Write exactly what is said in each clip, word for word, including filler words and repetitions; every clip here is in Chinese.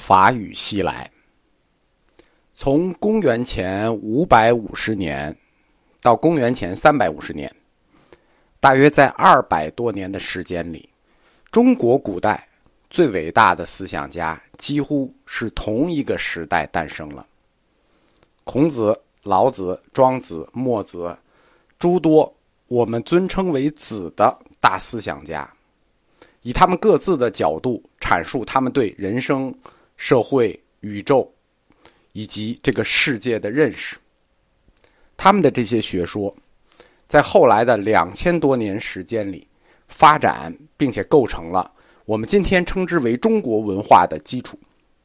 法语西来。从公元前五百五十年到公元前三百五十年，大约在二百多年的时间里，中国古代最伟大的思想家几乎是同一个时代诞生了。孔子、老子、庄子、墨子，诸多我们尊称为子的大思想家，以他们各自的角度阐述他们对人生、社会、宇宙以及这个世界的认识。他们的这些学说在后来的两千多年时间里发展，并且构成了我们今天称之为中国文化的基础。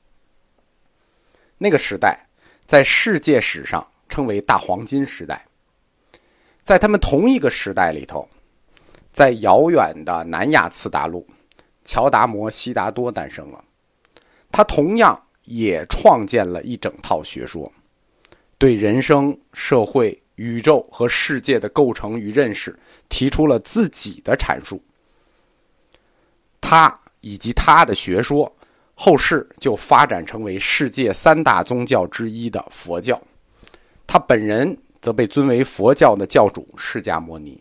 那个时代在世界史上称为大黄金时代。在他们同一个时代里头，在遥远的南亚次大陆，乔达摩悉达多诞生了。他同样也创建了一整套学说，对人生、社会、宇宙和世界的构成与认识提出了自己的阐述。他以及他的学说，后世就发展成为世界三大宗教之一的佛教。他本人则被尊为佛教的教主释迦牟尼。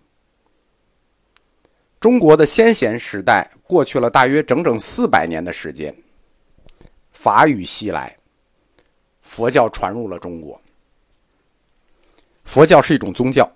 中国的先贤时代过去了大约整整四百年的时间，法语西来，佛教传入了中国。佛教是一种宗教，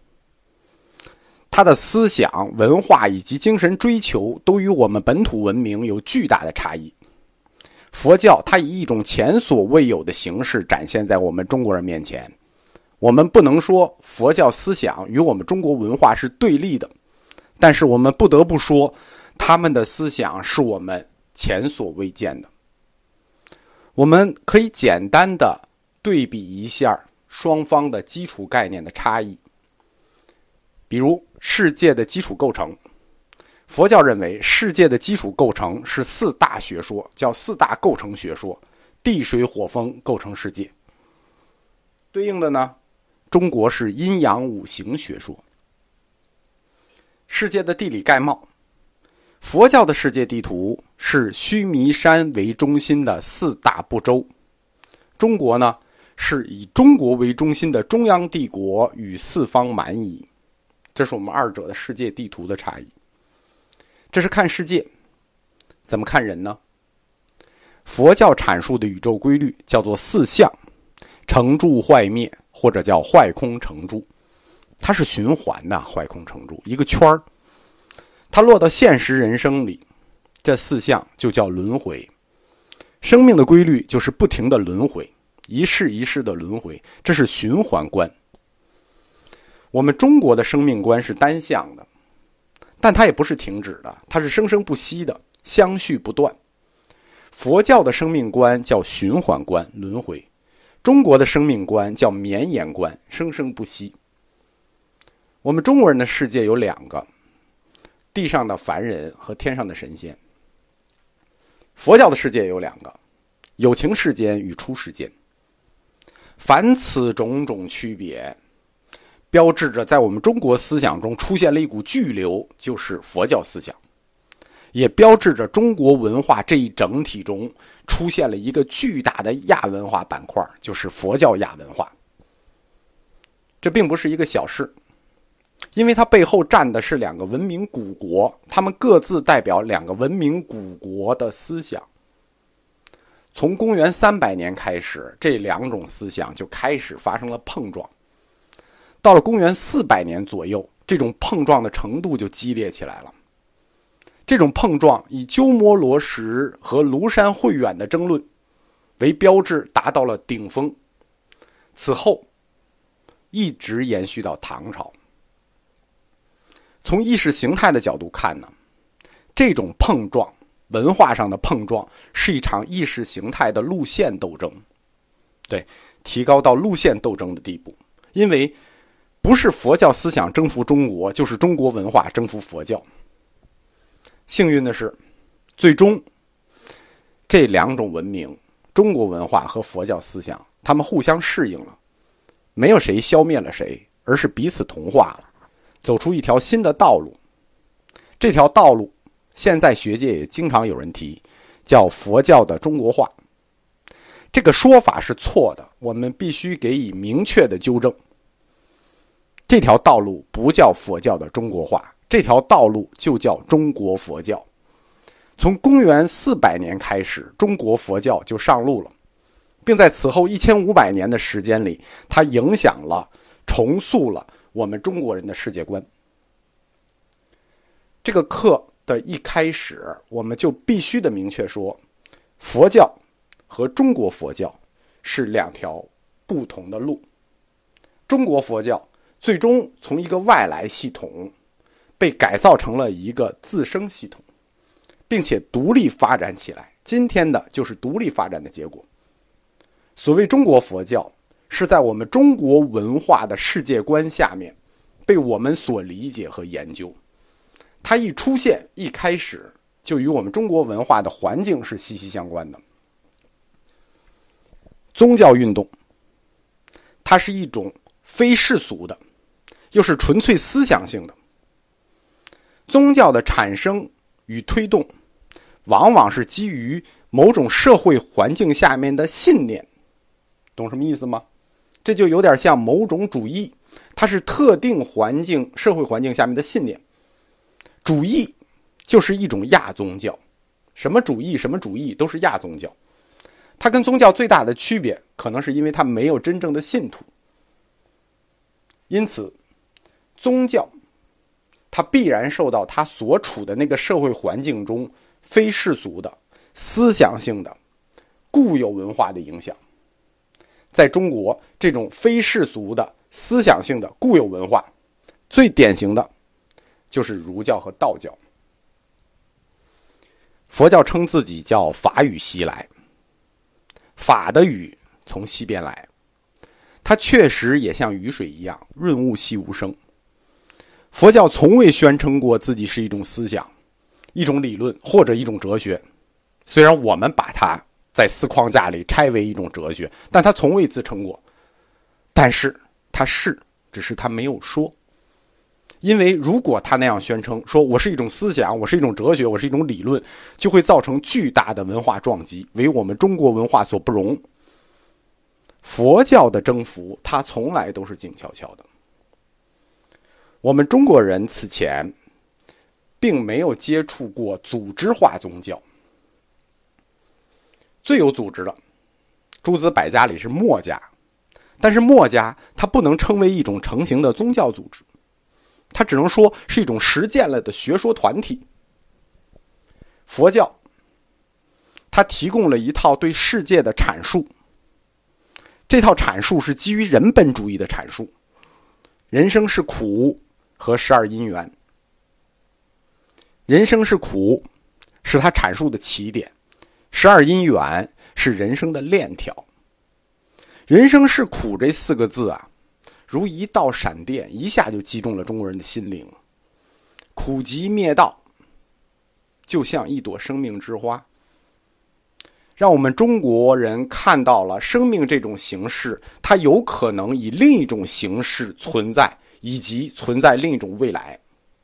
它的思想、文化以及精神追求都与我们本土文明有巨大的差异。佛教它以一种前所未有的形式展现在我们中国人面前。我们不能说佛教思想与我们中国文化是对立的，但是我们不得不说，他们的思想是我们前所未见的。我们可以简单的对比一下双方的基础概念的差异。比如世界的基础构成，佛教认为世界的基础构成是四大学说，叫四大构成学说，地水火风构成世界。对应的呢，中国是阴阳五行学说。世界的地理概貌，佛教的世界地图是须弥山为中心的四大部洲，中国呢是以中国为中心的中央帝国与四方蛮夷。这是我们二者的世界地图的差异。这是看世界，怎么看人呢？佛教阐述的宇宙规律叫做四象，成住坏灭，或者叫坏空成住。它是循环的，坏空成住，一个圈儿。它落到现实人生里，这四项就叫轮回。生命的规律就是不停的轮回，一世一世的轮回，这是循环观。我们中国的生命观是单向的，但它也不是停止的，它是生生不息的，相续不断。佛教的生命观叫循环观，轮回。中国的生命观叫绵延观，生生不息。我们中国人的世界有两个，地上的凡人和天上的神仙。佛教的世界有两个，有情世间与出世间。凡此种种区别，标志着在我们中国思想中出现了一股巨流，就是佛教思想，也标志着中国文化这一整体中出现了一个巨大的亚文化板块，就是佛教亚文化。这并不是一个小事，因为它背后站的是两个文明古国，他们各自代表两个文明古国的思想。从公元三百年开始，这两种思想就开始发生了碰撞。到了公元四百年左右，这种碰撞的程度就激烈起来了。这种碰撞以鸠摩罗什和庐山慧远的争论为标志，达到了顶峰。此后一直延续到唐朝。从意识形态的角度看呢，这种碰撞，文化上的碰撞，是一场意识形态的路线斗争。对，提高到路线斗争的地步。因为不是佛教思想征服中国，就是中国文化征服佛教。幸运的是，最终这两种文明，中国文化和佛教思想，他们互相适应了，没有谁消灭了谁，而是彼此同化了，走出一条新的道路。这条道路现在学界也经常有人提，叫佛教的中国化。 这个说法是错的，我们必须给予明确的纠正。这条道路不叫佛教的中国化，这条道路就叫中国佛教。从公元四百年开始，中国佛教就上路了，并在此后一千五百年的时间里，它影响了、重塑了我们中国人的世界观。这个课的一开始，我们就必须的明确说，佛教和中国佛教是两条不同的路。中国佛教最终从一个外来系统被改造成了一个自生系统，并且独立发展起来。今天的就是独立发展的结果。所谓中国佛教，是在我们中国文化的世界观下面被我们所理解和研究。它一出现，一开始就与我们中国文化的环境是息息相关的。宗教运动，它是一种非世俗的，又是纯粹思想性的。宗教的产生与推动，往往是基于某种社会环境下面的信念，懂什么意思吗？这就有点像某种主义，它是特定环境、社会环境下面的信念。主义就是一种亚宗教，什么主义什么主义都是亚宗教。它跟宗教最大的区别，可能是因为它没有真正的信徒。因此，宗教它必然受到它所处的那个社会环境中非世俗的、思想性的、固有文化的影响。在中国，这种非世俗的、思想性的固有文化，最典型的就是儒教和道教。佛教称自己叫法语西来，法的语从西边来，它确实也像雨水一样润物细无声。佛教从未宣称过自己是一种思想、一种理论或者一种哲学，虽然我们把它在四框架里拆为一种哲学，但它从未自称过。但是它是，只是它没有说。因为如果他那样宣称，说我是一种思想，我是一种哲学，我是一种理论，就会造成巨大的文化撞击，为我们中国文化所不容。佛教的征服，它从来都是静悄悄的。我们中国人此前并没有接触过组织化宗教。最有组织的，诸子百家里是墨家，但是墨家它不能称为一种成型的宗教组织，它只能说是一种实践了的学说团体。佛教它提供了一套对世界的阐述，这套阐述是基于人本主义的阐述，人生是苦和十二因缘。人生是苦是它阐述的起点，十二因缘是人生的链条。人生是苦这四个字啊，如一道闪电，一下就击中了中国人的心灵。苦集灭道，就像一朵生命之花，让我们中国人看到了生命这种形式，它有可能以另一种形式存在，以及存在另一种未来。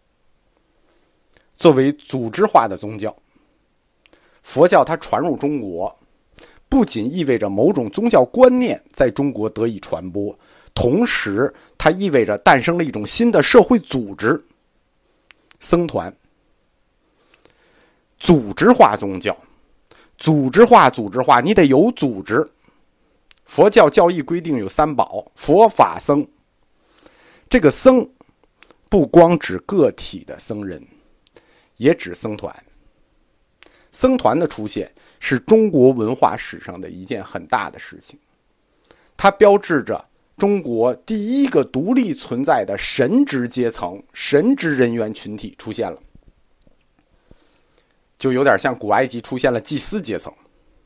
作为组织化的宗教，佛教它传入中国，不仅意味着某种宗教观念在中国得以传播，同时它意味着诞生了一种新的社会组织——僧团。组织化宗教，组织化组织化你得有组织。佛教教义规定有三宝：佛法僧。这个僧不光指个体的僧人，也指僧团。僧团的出现是中国文化史上的一件很大的事情，它标志着中国第一个独立存在的神职阶层、神职人员群体出现了，就有点像古埃及出现了祭司阶层。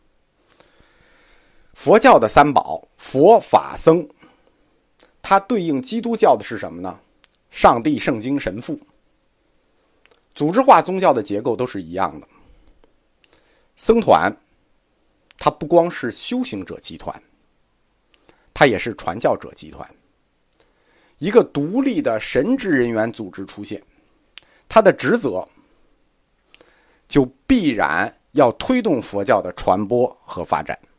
佛教的三宝佛法僧，它对应基督教的是什么呢？上帝、圣经、神父。组织化宗教的结构都是一样的。僧团它不光是修行者集团，它也是传教者集团。一个独立的神职人员组织出现，它的职责就必然要推动佛教的传播和发展。